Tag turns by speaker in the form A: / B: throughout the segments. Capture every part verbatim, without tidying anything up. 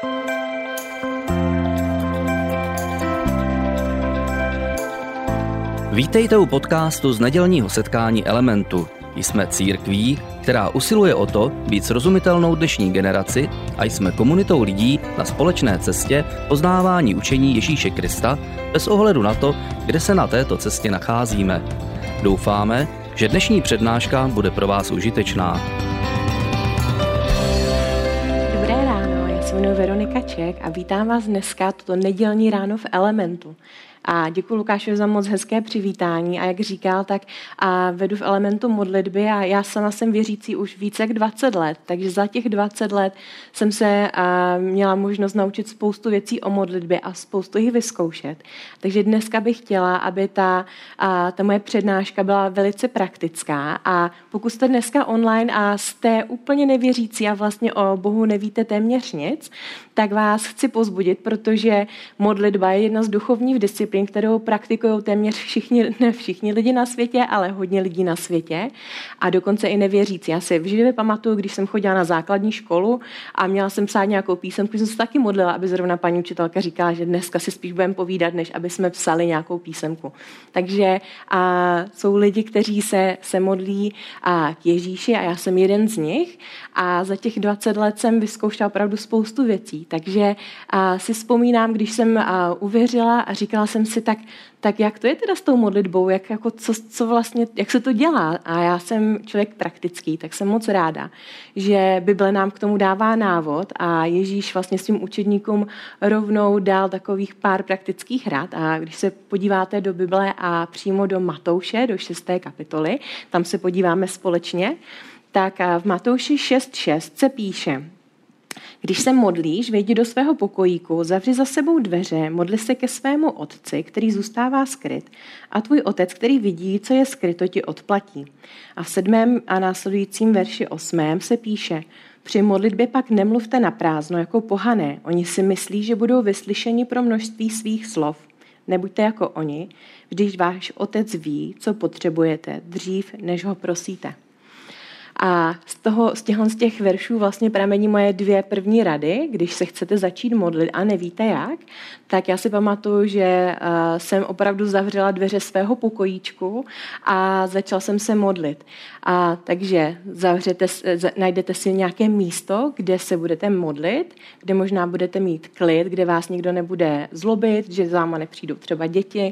A: Vítejte u podcastu z nedělního setkání Elementu. Jsme církví, která usiluje o to být srozumitelnou dnešní generaci a jsme komunitou lidí na společné cestě poznávání učení Ježíše Krista bez ohledu na to, kde se na této cestě nacházíme. Doufáme, že dnešní přednáška bude pro vás užitečná.
B: Dobré ráno, já se jmenuji Veronika Ček a vítám vás dneska toto nedělní ráno v Elementu. A děkuji Lukášovi za moc hezké přivítání a jak říkal, tak a vedu v Elementu modlitby a já sama jsem věřící už více jak dvacet let, takže za těch dvacet let jsem se a, měla možnost naučit spoustu věcí o modlitbě a spoustu jich vyzkoušet. Takže dneska bych chtěla, aby ta, a, ta moje přednáška byla velice praktická a pokud jste dneska online a jste úplně nevěřící a vlastně o Bohu nevíte téměř nic, tak vás chci povzbudit, protože modlitba je jedna z duchovních disciplín, kterou praktikují téměř všichni, ne všichni lidi na světě, ale hodně lidí na světě a dokonce i nevěřící. Já si vždy pamatuju, když jsem chodila na základní školu a měla jsem psát nějakou písemku, jsem se taky modlila, aby zrovna paní učitelka říkala, že dneska si spíš budeme povídat, než aby jsme psali nějakou písemku. Takže a jsou lidi, kteří se, se modlí a k Ježíši a já jsem jeden z nich a za těch dvacet let jsem vyzkoušela opravdu spoustu věcí. Takže a si vzpomínám, když jsem a uvěřila a říkala jsem si, tak, tak jak to je teda s tou modlitbou, jak, jako co, co vlastně, jak se to dělá. A já jsem člověk praktický, tak jsem moc ráda, že Bible nám k tomu dává návod a Ježíš vlastně svým učedníkům rovnou dal takových pár praktických rad. A když se podíváte do Bible a přímo do Matouše, do šesté kapitoly, tam se podíváme společně, tak v Matouši šest šest se píše: Když se modlíš, vejdi do svého pokojíku, zavři za sebou dveře, modli se ke svému otci, který zůstává skryt, a tvůj otec, který vidí, co je skryto, ti odplatí. A v sedmém a následujícím verši osmém se píše: Při modlitbě pak nemluvte na prázdno jako pohané. Oni si myslí, že budou vyslyšeni pro množství svých slov. Nebuďte jako oni, když váš otec ví, co potřebujete, dřív, než ho prosíte. A z, toho, z, těchto, z těch veršů vlastně pramení moje dvě první rady, když se chcete začít modlit a nevíte jak, tak já si pamatuju, že uh, jsem opravdu zavřela dveře svého pokojíčku a začala jsem se modlit. A takže zavřete, najdete si nějaké místo, kde se budete modlit, kde možná budete mít klid, kde vás nikdo nebude zlobit, že za váma nepřijdou třeba děti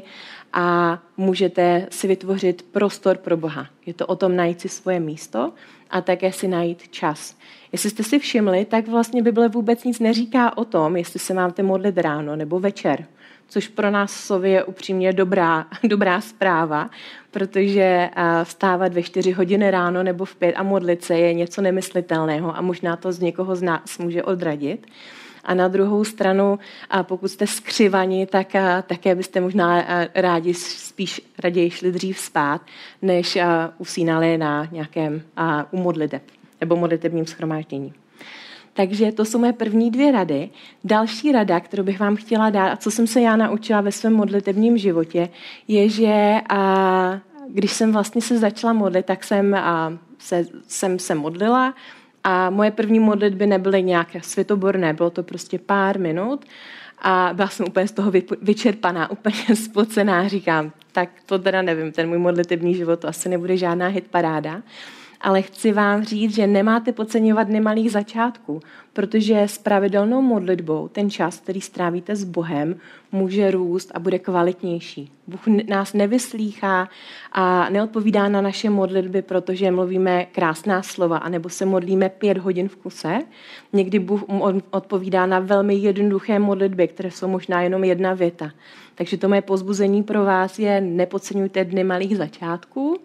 B: a můžete si vytvořit prostor pro Boha. Je to o tom najít si svoje místo a také si najít čas. Jestli jste si všimli, tak vlastně Bible vůbec nic neříká o tom, jestli se máte modlit ráno nebo večer, což pro nás Sovi je upřímně dobrá, dobrá zpráva, protože vstávat ve čtyři hodiny ráno nebo v pět a modlit se je něco nemyslitelného a možná to z někoho z nás může odradit. A na druhou stranu, pokud jste skřivaní, tak také byste možná rádi spíš raději šli dřív spát, než usínali na nějakém u modliteb nebo modlitebním shromáždění. Takže to jsou moje první dvě rady. Další rada, kterou bych vám chtěla dát a co jsem se já naučila ve svém modlitebním životě, je, že a, když jsem vlastně se začala modlit, tak jsem a, se, jsem se modlila. A moje první modlitby nebyly nějaké světoborné, bylo to prostě pár minut a byla jsem úplně z toho vyčerpaná, úplně spocená. Říkám, tak to teda nevím, ten můj modlitební život to asi nebude žádná hitparáda. Ale chci vám říct, že nemáte podceňovat nemalých začátků, protože s pravidelnou modlitbou ten čas, který strávíte s Bohem, může růst a bude kvalitnější. Bůh nás nevyslýchá a neodpovídá na naše modlitby, protože mluvíme krásná slova, anebo se modlíme pět hodin v kuse. Někdy Bůh odpovídá na velmi jednoduché modlitby, které jsou možná jenom jedna věta. Takže to moje povzbuzení pro vás je: nepodceňujte dny malých začátků,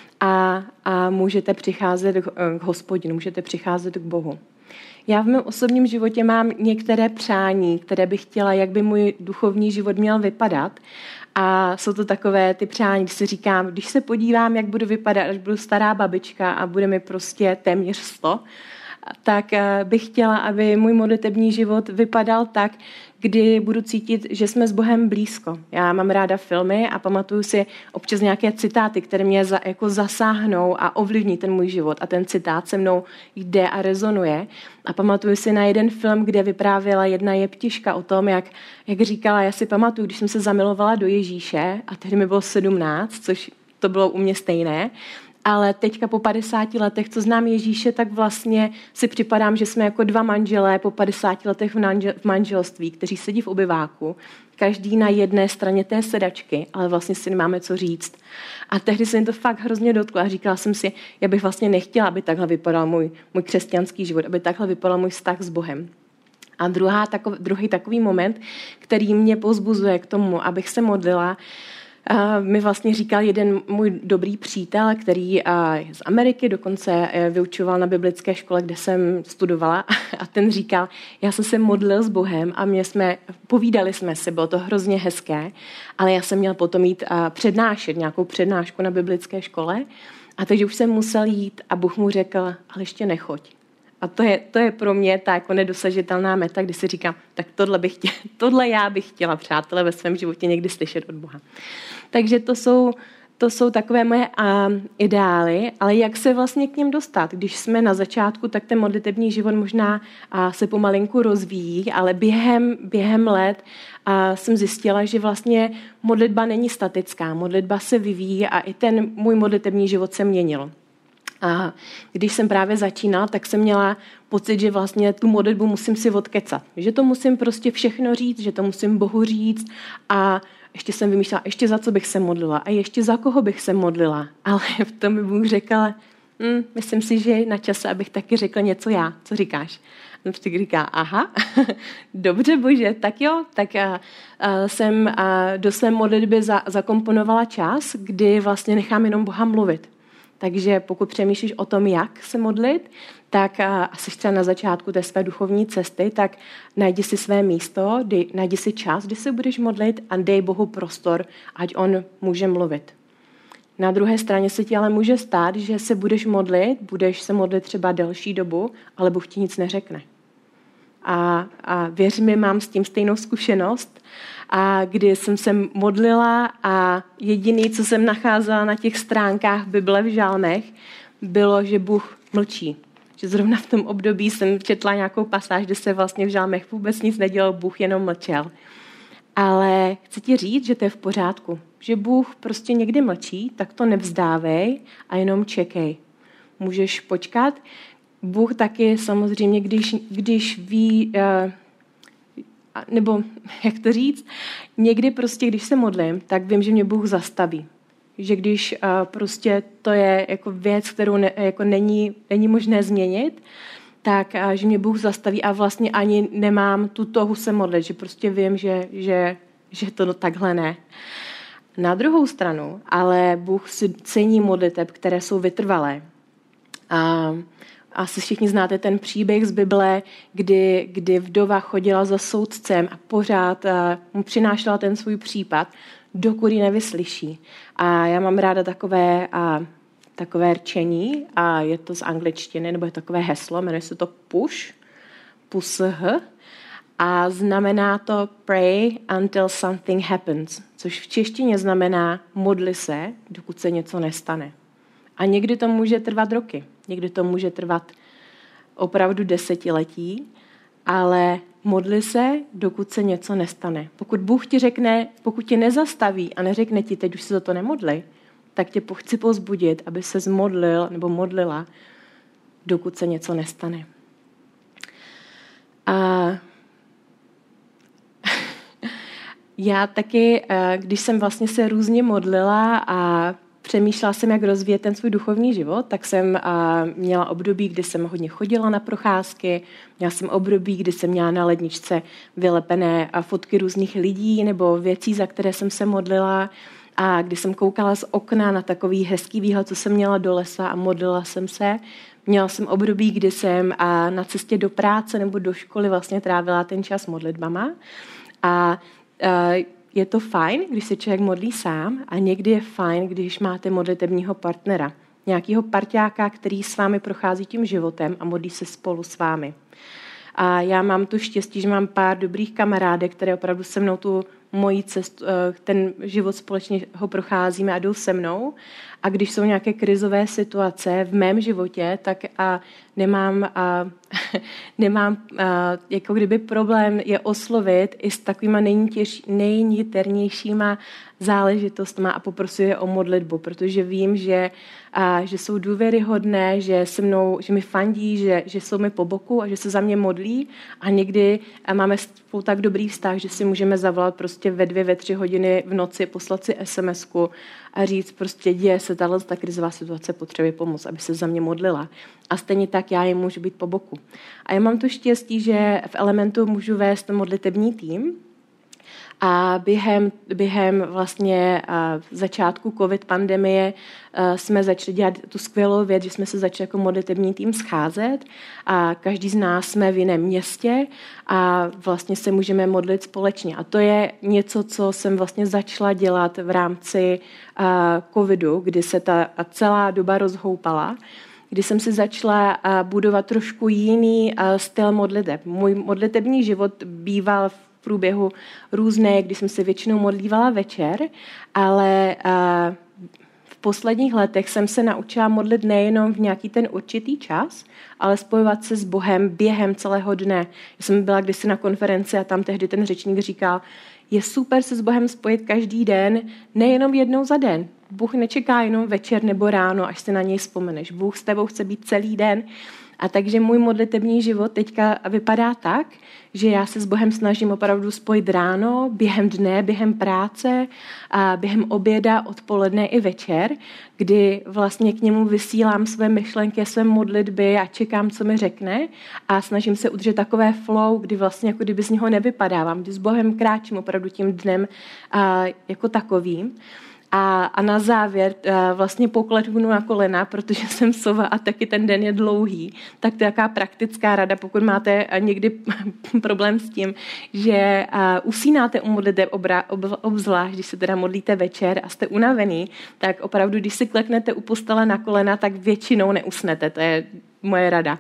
B: A, a můžete přicházet k Hospodinu, můžete přicházet k Bohu. Já v mém osobním životě mám některé přání, které bych chtěla, jak by můj duchovní život měl vypadat. A jsou to takové ty přání, když si říkám, když se podívám, jak budu vypadat, až budu stará babička a bude mi prostě téměř sto, tak bych chtěla, aby můj modlitební život vypadal tak, kdy budu cítit, že jsme s Bohem blízko. Já mám ráda filmy a pamatuju si občas nějaké citáty, které mě za, jako zasáhnou a ovlivní ten můj život. A ten citát se mnou jde a rezonuje. A pamatuju si na jeden film, kde vyprávěla jedna jeptiška o tom, jak, jak říkala, já si pamatuju, když jsem se zamilovala do Ježíše, a tehdy mi bylo sedmnáct, což to bylo u mě stejné, ale teďka po padesáti letech, co znám Ježíše, tak vlastně si připadám, že jsme jako dva manželé po padesáti letech v manželství, kteří sedí v obyváku, každý na jedné straně té sedačky, ale vlastně si nemáme co říct. A tehdy se mi to fakt hrozně dotklo a říkala jsem si, já bych vlastně nechtěla, aby takhle vypadal můj, můj křesťanský život, aby takhle vypadal můj vztah s Bohem. A druhá, takov, druhý takový moment, který mě povzbuzuje k tomu, abych se modlila, Uh, mi vlastně říkal jeden můj dobrý přítel, který uh, je z Ameriky, dokonce uh, vyučoval na biblické škole, kde jsem studovala, a ten říkal, já jsem se modlil s Bohem a mě jsme, povídali jsme si, bylo to hrozně hezké, ale já jsem měl potom jít uh, přednášet nějakou přednášku na biblické škole, a takže už jsem musel jít a Bůh mu řekl, ale ještě nechoď. A to je, to je pro mě ta jako nedosažitelná meta, kdy si říkám, tak tohle, bych chtěla, tohle já bych chtěla, přátelé, ve svém životě někdy slyšet od Boha. Takže to jsou, to jsou takové moje um, ideály, ale jak se vlastně k něm dostat? Když jsme na začátku, tak ten modlitební život možná uh, se pomalinku rozvíjí, ale během, během let uh, jsem zjistila, že vlastně modlitba není statická, modlitba se vyvíjí a i ten můj modlitební život se měnil. A když jsem právě začínala, tak jsem měla pocit, že vlastně tu modlitbu musím si odkecat. Že to musím prostě všechno říct, že to musím Bohu říct a ještě jsem vymýšlela, ještě za co bych se modlila a ještě za koho bych se modlila. Ale v tom mi Bůh řekl, hm, myslím si, že je na čase, abych taky řekl něco já. Co říkáš? A vždycky říká, aha, dobře Bože, tak jo, tak a, a jsem a do své modlitby za, zakomponovala čas, kdy vlastně nechám jenom Boha mluvit. Takže pokud přemýšlíš o tom, jak se modlit, tak a jsi třeba na začátku té své duchovní cesty, tak najdi si své místo, dej, najdi si čas, kdy se budeš modlit a dej Bohu prostor, ať on může mluvit. Na druhé straně se ti ale může stát, že se budeš modlit, budeš se modlit třeba delší dobu, ale Bůh ti nic neřekne. A, a věř mi, mám s tím stejnou zkušenost, a kdy jsem se modlila a jediné, co jsem nacházela na těch stránkách Bible v žálmech, bylo, že Bůh mlčí. Že zrovna v tom období jsem četla nějakou pasáž, kde se vlastně v žálmech vůbec nic nedělal, Bůh jenom mlčel. Ale chci ti říct, že to je v pořádku. Že Bůh prostě někdy mlčí, tak to nevzdávej a jenom čekej. Můžeš počkat. Bůh taky samozřejmě, když, když ví... Uh, nebo jak to říct, někdy prostě, když se modlím, tak vím, že mě Bůh zastaví. Že když uh, prostě to je jako věc, kterou ne, jako není, není možné změnit, tak uh, že mě Bůh zastaví a vlastně ani nemám tu touhu se modlit, že prostě vím, že, že, že to takhle ne. Na druhou stranu, ale Bůh si cení modliteb, které jsou vytrvalé. A Asi všichni znáte ten příběh z Bible, kdy, kdy vdova chodila za soudcem a pořád uh, mu přinášela ten svůj případ, dokud ji nevyslyší. A já mám ráda takové, uh, takové rčení, a je to z angličtiny, nebo je takové heslo, jmenuje se to push, push, a znamená to pray until something happens, což v češtině znamená modli se, dokud se něco nestane. A někdy to může trvat roky, někdy to může trvat opravdu desetiletí, ale modli se, dokud se něco nestane. Pokud Bůh ti řekne, pokud tě nezastaví a neřekne ti, teď už se za to nemodli, tak tě chci povzbudit, aby se zmodlil nebo modlila, dokud se něco nestane. A já taky, když jsem vlastně se různě modlila a přemýšlela jsem, jak rozvíjet ten svůj duchovní život, tak jsem a, měla období, kdy jsem hodně chodila na procházky, měla jsem období, kdy jsem měla na ledničce vylepené a fotky různých lidí nebo věcí, za které jsem se modlila, a kdy jsem koukala z okna na takový hezký výhled, co jsem měla do lesa, a modlila jsem se. Měla jsem období, kdy jsem a, na cestě do práce nebo do školy vlastně trávila ten čas modlitbama. A, a je to fajn, když se člověk modlí sám, a někdy je fajn, když máte modlitebního partnera. nějakého parťáka, který s vámi prochází tím životem a modlí se spolu s vámi. A já mám to štěstí, že mám pár dobrých kamarádek, které opravdu se mnou tu moji cestu, ten život společně ho procházíme a jdou se mnou. A když jsou nějaké krizové situace v mém životě, tak a nemám, a, nemám a, jako kdyby problém je oslovit i s takovýma nejnitěž, nejniternějšíma záležitostma a poprosit je o modlitbu, protože vím, že, a, že jsou důvěryhodné, že se mnou, že mi fandí, že, že jsou mi po boku a že se za mě modlí a někdy a máme spolu tak dobrý vztah, že si můžeme zavolat prostě ve dvě, ve tři hodiny v noci, poslat si SMSku a říct prostě děje se tahle ta krizová situace, potřebuje pomoc, aby se za mě modlila. A stejně tak já jim můžu být po boku. A já mám to štěstí, že v Elementu můžu vést modlitební tým. A během, během vlastně začátku covid pandemie jsme začali dělat tu skvělou věc, že jsme se začali jako modlitební tým scházet a každý z nás jsme v jiném městě a vlastně se můžeme modlit společně. A to je něco, co jsem vlastně začala dělat v rámci covidu, kdy se ta celá doba rozhoupala, kdy jsem si začala budovat trošku jiný styl modliteb. Můj modlitební život býval v průběhu různé, kdy jsem se většinou modlívala večer, ale v posledních letech jsem se naučila modlit nejenom v nějaký ten určitý čas, ale spojovat se s Bohem během celého dne. Já jsem byla kdysi na konferenci a tam tehdy ten řečník říkal, je super se s Bohem spojit každý den, nejenom jednou za den. Bůh nečeká jenom večer nebo ráno, až se na něj vzpomeneš. Bůh s tebou chce být celý den. A takže můj modlitební život teďka vypadá tak, že já se s Bohem snažím opravdu spojit ráno, během dne, během práce, a během oběda, odpoledne i večer, kdy vlastně k němu vysílám své myšlenky, své modlitby a čekám, co mi řekne a snažím se udržet takové flow, kdy vlastně jako kdyby z něho nevypadávám, kdy s Bohem kráčím opravdu tím dnem a, jako takovým. A, a na závěr vlastně pokleknu na kolena, protože jsem sova a taky ten den je dlouhý. Tak to je taková praktická rada, pokud máte někdy problém s tím, že usínáte u modliteb obzvlášť, když se teda modlíte večer a jste unavený, tak opravdu, když si kleknete u postele na kolena, tak většinou neusnete. To je moje rada.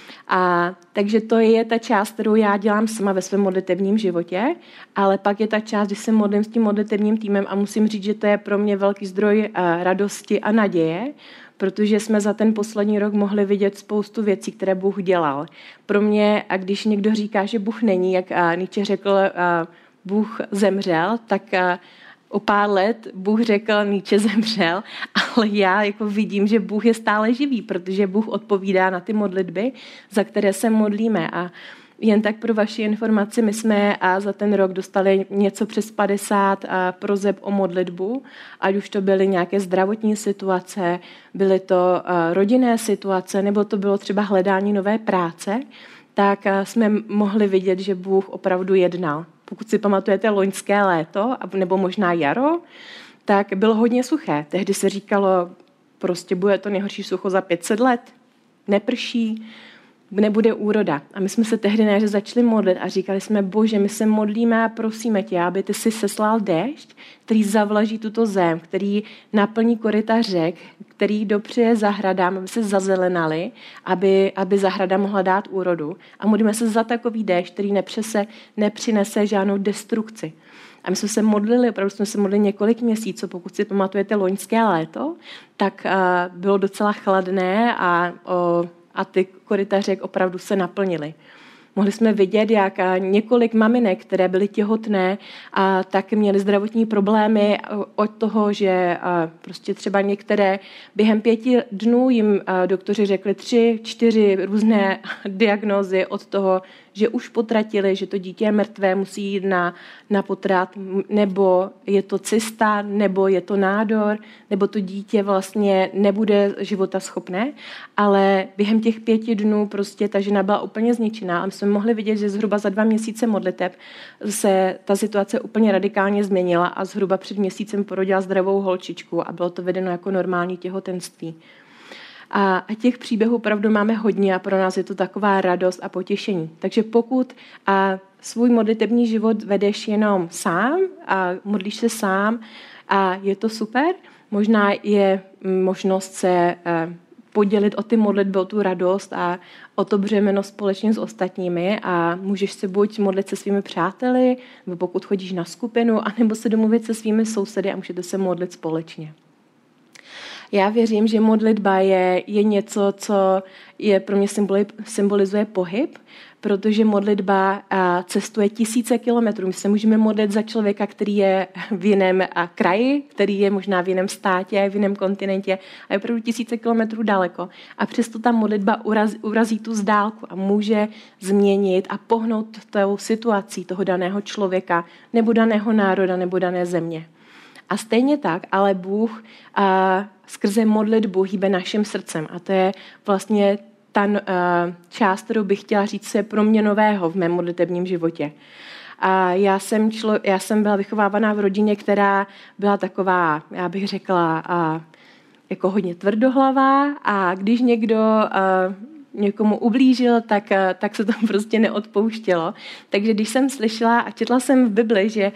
B: A takže to je ta část, kterou já dělám sama ve svém modlitevním životě, ale pak je ta část, kdy se modlím s tím modlitevním týmem a musím říct, že to je pro mě velký zdroj radosti a naděje, protože jsme za ten poslední rok mohli vidět spoustu věcí, které Bůh dělal. Pro mě, a když někdo říká, že Bůh není, jak Nietzsche řekl, Bůh zemřel, tak o pár let Bůh řekl, Nietzsche zemřel, ale já jako vidím, že Bůh je stále živý, protože Bůh odpovídá na ty modlitby, za které se modlíme. A jen tak pro vaši informaci, my jsme a za ten rok dostali něco přes padesát prozeb o modlitbu, ať už to byly nějaké zdravotní situace, byly to rodinné situace, nebo to bylo třeba hledání nové práce, tak jsme mohli vidět, že Bůh opravdu jednal. Pokud si pamatujete loňské léto, nebo možná jaro, tak bylo hodně suché. Tehdy se říkalo, prostě bude to nejhorší sucho za pět set let, neprší, nebude úroda. A my jsme se tehdy ne, že začali modlit a říkali jsme, Bože, my se modlíme a prosíme tě, aby ty si seslal déšť, který zavlaží tuto zem, který naplní koryta řek, který dopřeje zahradám, aby se zazelenaly, aby, aby zahrada mohla dát úrodu. A modlíme se za takový déšť, který nepřese, nepřinese žádnou destrukci. A my jsme se modlili, opravdu jsme se modlili několik měsíců, pokud si pamatujete loňské léto, tak uh, bylo docela chladné a uh, a ty koryta řek opravdu se naplnily. Mohli jsme vidět, jak několik maminek, které byly těhotné, a tak měly zdravotní problémy od toho, že prostě třeba některé během pěti dnů jim doktoři řekli tři, čtyři různé diagnózy od toho, že už potratili, že to dítě je mrtvé, musí jít na, na potrat, nebo je to cysta, nebo je to nádor, nebo to dítě vlastně nebude života schopné, ale během těch pěti dnů prostě ta žena byla úplně zničená a my jsme mohli vidět, že zhruba za dva měsíce modliteb se ta situace úplně radikálně změnila a zhruba před měsícem porodila zdravou holčičku a bylo to vedeno jako normální těhotenství. A těch příběhů opravdu máme hodně a pro nás je to taková radost a potěšení. Takže pokud a svůj modlitební život vedeš jenom sám a modlíš se sám a je to super, možná je možnost se podělit o ty modlitby, o tu radost a o to břemeno společně s ostatními a můžeš se buď modlit se svými přáteli, nebo pokud chodíš na skupinu, anebo se domluvit se svými sousedy a můžete se modlit společně. Já věřím, že modlitba je, je něco, co je pro mě symboli, symbolizuje pohyb, protože modlitba cestuje tisíce kilometrů. My se můžeme modlit za člověka, který je v jiném kraji, který je možná v jiném státě, v jiném kontinentě a je opravdu tisíce kilometrů daleko. A přesto ta modlitba urazí, urazí tu zdálku a může změnit a pohnout tou situací toho daného člověka nebo daného národa nebo dané země. A stejně tak, ale Bůh a, skrze modlitbu hýbe naším srdcem. A to je vlastně ta uh, část, kterou bych chtěla říct, je pro mě nového v mém modlitebním životě. A já jsem, člo, já jsem byla vychovávaná v rodině, která byla taková, já bych řekla, uh, jako hodně tvrdohlavá a když někdo uh, někomu ublížil, tak, tak se to prostě neodpouštělo. Takže když jsem slyšela a četla jsem v Bibli, že,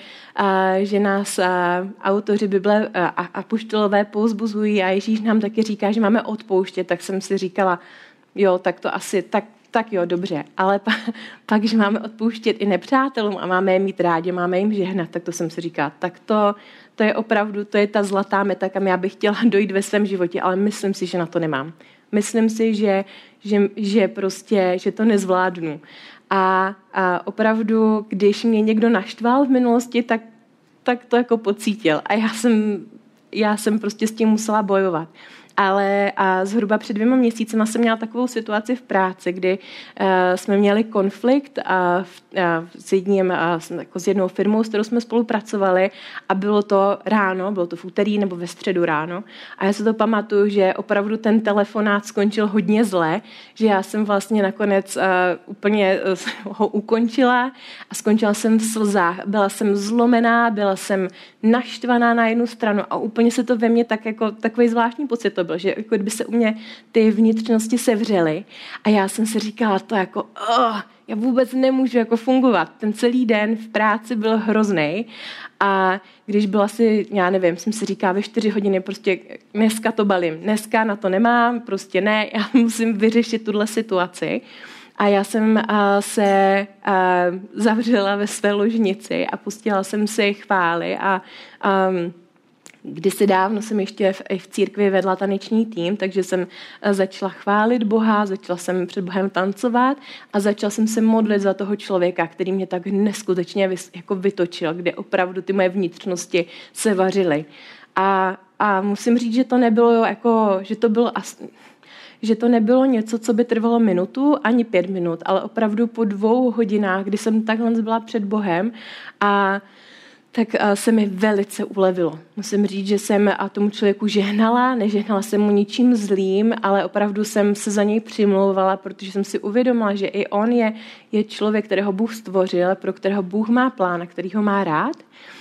B: že nás autoři Bible a apoštolové povzbuzují a Ježíš nám taky říká, že máme odpouštět, tak jsem si říkala, jo, tak to asi, tak, tak jo, dobře. Ale pa, pak, že máme odpouštět i nepřátelům a máme je mít rádi, máme jim žehnat, tak to jsem si říkala, tak to, to je opravdu, to je ta zlatá meta, kam já bych chtěla dojít ve svém životě, ale myslím si, že na to nemám. Myslím si, že, že, že prostě, že to nezvládnu. A, a opravdu, když mě někdo naštval v minulosti, tak, tak to jako pocítil. A já jsem, já jsem prostě s tím musela bojovat. Ale a zhruba před dvěma měsícema jsem měla takovou situaci v práci, kdy uh, jsme měli konflikt a, a, s, jedním, a, jako s jednou firmou, s kterou jsme spolupracovali a bylo to ráno, bylo to v úterý nebo ve středu ráno a já se to pamatuju, že opravdu ten telefonát skončil hodně zle, že já jsem vlastně nakonec uh, úplně uh, ho ukončila a skončila jsem v slzách. Byla jsem zlomená, byla jsem naštvaná na jednu stranu a úplně se to ve mně tak jako takový zvláštní pocit to byl, že jako kdyby se u mě ty vnitřnosti sevřely a já jsem si říkala to jako oh, já vůbec nemůžu jako fungovat. Ten celý den v práci byl hroznej a když byla asi, já nevím, jsem si říkala ve čtyři hodiny prostě dneska to balím, dneska na to nemám, prostě ne, já musím vyřešit tuhle situaci. A já jsem uh, se uh, zavřela ve své ložnici a pustila jsem si chvály a um, kdysi dávno jsem ještě v, v církvi vedla taneční tým, takže jsem začala chválit Boha, začala jsem před Bohem tancovat a začala jsem se modlit za toho člověka, který mě tak neskutečně vys, jako vytočil, kde opravdu ty moje vnitřnosti se vařily. A, a musím říct, že to nebylo jako, že to bylo as, že to nebylo něco, co by trvalo minutu, ani pět minut, ale opravdu po dvou hodinách, kdy jsem takhle byla před Bohem a tak se mi velice ulevilo. Musím říct, že jsem tomu člověku žehnala, nežehnala jsem mu ničím zlým, ale opravdu jsem se za něj přimlouvala, protože jsem si uvědomila, že i on je, je člověk, kterého Bůh stvořil, pro kterého Bůh má plán, který ho má rád.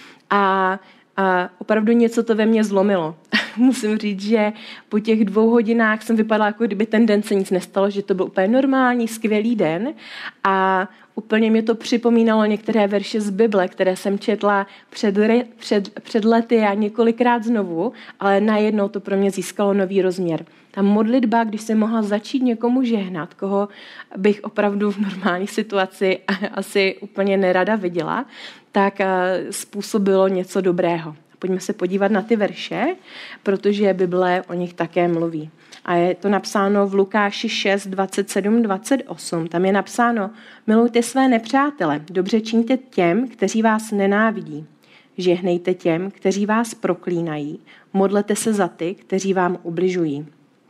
B: A, a opravdu něco to ve mně zlomilo. Musím říct, že po těch dvou hodinách jsem vypadala, jako kdyby ten den se nic nestalo, že to byl úplně normální, skvělý den a úplně mě to připomínalo některé verše z Bible, které jsem četla před, před, před lety a několikrát znovu, ale najednou to pro mě získalo nový rozměr. Ta modlitba, když jsem mohla začít někomu žehnat, koho bych opravdu v normální situaci asi úplně nerada viděla, tak způsobilo něco dobrého. Pojďme se podívat na ty verše, protože Bible o nich také mluví. A je to napsáno v Lukáši šest, dvacet sedm, dvacet osm. Tam je napsáno, milujte své nepřátele, dobře čiňte těm, kteří vás nenávidí. Žehnejte těm, kteří vás proklínají. Modlete se za ty, kteří vám ubližují.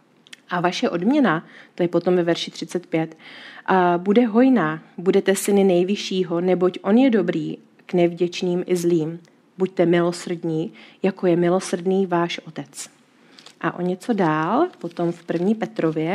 B: A vaše odměna, to je potom ve verši třicet pět, bude hojná, budete syny nejvyššího, neboť on je dobrý k nevděčným i zlým. Buďte milosrdní, jako je milosrdný váš otec. A o něco dál, potom v první Petrově,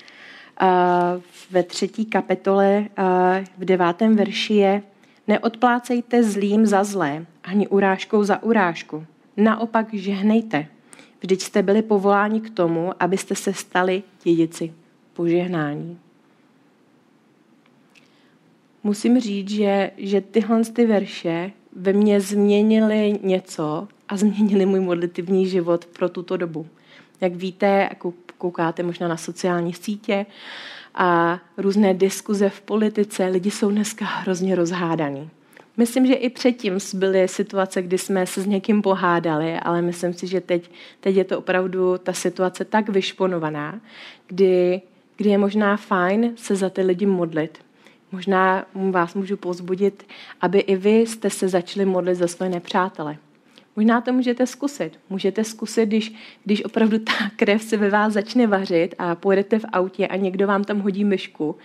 B: ve třetí kapitole, v devátém verši je neodplácejte zlým za zlé, ani urážkou za urážku. Naopak žehnejte. Vždyť jste byli povoláni k tomu, abyste se stali dědici požehnání. Musím říct, že, že tyhle ty verše ve mně změnili něco a změnili můj modlitevní život pro tuto dobu. Jak víte, koukáte možná na sociální sítě a různé diskuze v politice, lidi jsou dneska hrozně rozhádaní. Myslím, že i předtím byly situace, kdy jsme se s někým pohádali, ale myslím si, že teď, teď je to opravdu ta situace tak vyšponovaná, kdy, kdy je možná fajn se za ty lidi modlit. Možná vás můžu povzbudit, aby i vy jste se začali modlit za své nepřátele. Možná to můžete zkusit. Můžete zkusit, když, když opravdu ta krev se ve vás začne vařit a pojedete v autě a někdo vám tam hodí myšku.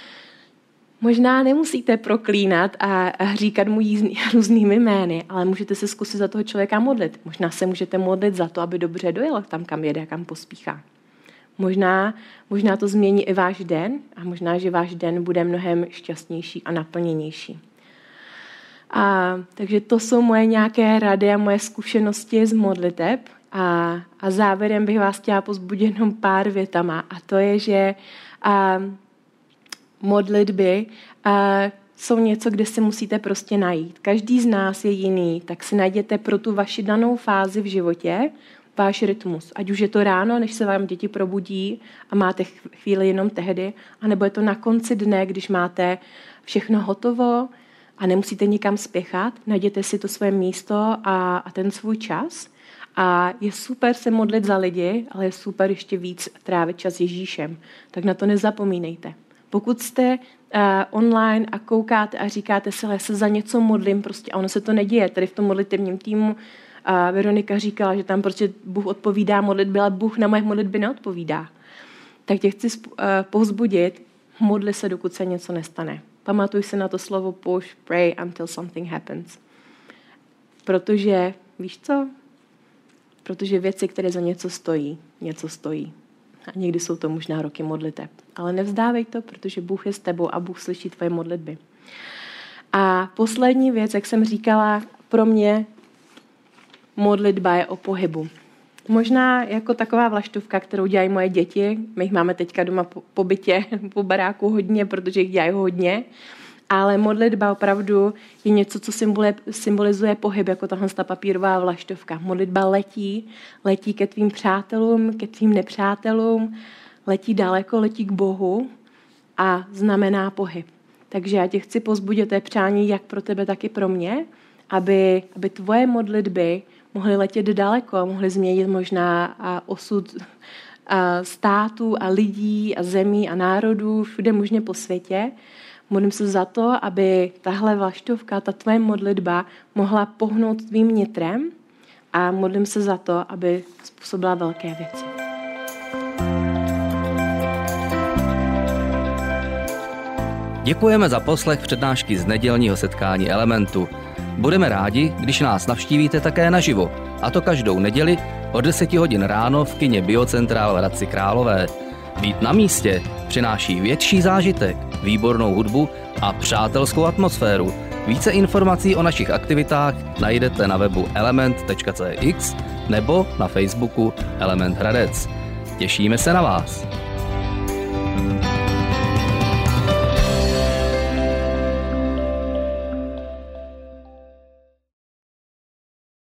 B: Možná nemusíte proklínat a, a říkat mu jí různými jmény, ale můžete se zkusit za toho člověka modlit. Možná se můžete modlit za to, aby dobře dojel tam, kam jede, kam pospíchá. Možná, možná to změní i váš den a možná, že váš den bude mnohem šťastnější a naplněnější. A, takže to jsou moje nějaké rady a moje zkušenosti z modliteb. A, a závěrem bych vás chtěla povzbudit jenom pár větama. A to je, že a, modlitby a, jsou něco, kde si musíte prostě najít. Každý z nás je jiný, tak si najděte pro tu vaši danou fázi v životě váš rytmus. Ať už je to ráno, než se vám děti probudí a máte chvíli jenom tehdy, anebo je to na konci dne, když máte všechno hotovo a nemusíte nikam spěchat, najděte si to své místo a, a ten svůj čas. A je super se modlit za lidi, ale je super ještě víc trávit čas s Ježíšem. Tak na to nezapomínejte. Pokud jste uh, online a koukáte a říkáte si, že se za něco modlím, prostě a ono se to neděje. Tady v tom modlitevním týmu a Veronika říkala, že tam prostě Bůh odpovídá modlitby, ale Bůh na moje modlitby neodpovídá. Tak tě chci uh, povzbudit, modli se, dokud se něco nestane. Pamatuj si na to slovo push, pray until something happens. Protože, víš co? Protože věci, které za něco stojí, něco stojí. A někdy jsou to možná roky modliteb. Ale nevzdávej to, protože Bůh je s tebou a Bůh slyší tvoje modlitby. A poslední věc, jak jsem říkala, pro mě modlitba je o pohybu. Možná jako taková vlaštovka, kterou dělají moje děti. My jich máme teďka doma po, po bytě, po baráku hodně, protože jich dělají hodně. Ale modlitba opravdu je něco, co symbolizuje pohyb, jako tahle ta papírová vlaštovka. Modlitba letí, letí ke tvým přátelům, ke tvým nepřátelům, letí daleko, letí k Bohu a znamená pohyb. Takže já tě chci povzbudit, to je přání jak pro tebe, tak i pro mě, aby, aby tvoje modlitby mohly letět daleko, mohly změnit možná osud států a lidí a zemí a národů všude možně po světě. Modlím se za to, aby tahle vlaštovka, ta tvoje modlitba mohla pohnout tvým nitrem a modlím se za to, aby způsobila velké věci.
A: Děkujeme za poslech přednášky z nedělního setkání Elementu. Budeme rádi, když nás navštívíte také naživo, a to každou neděli od deset hodin ráno v kině Biocentrál v Hradci Králové. Být na místě přináší větší zážitek, výbornou hudbu a přátelskou atmosféru. Více informací o našich aktivitách najdete na webu element tečka cé x nebo na Facebooku Element Hradec. Těšíme se na vás.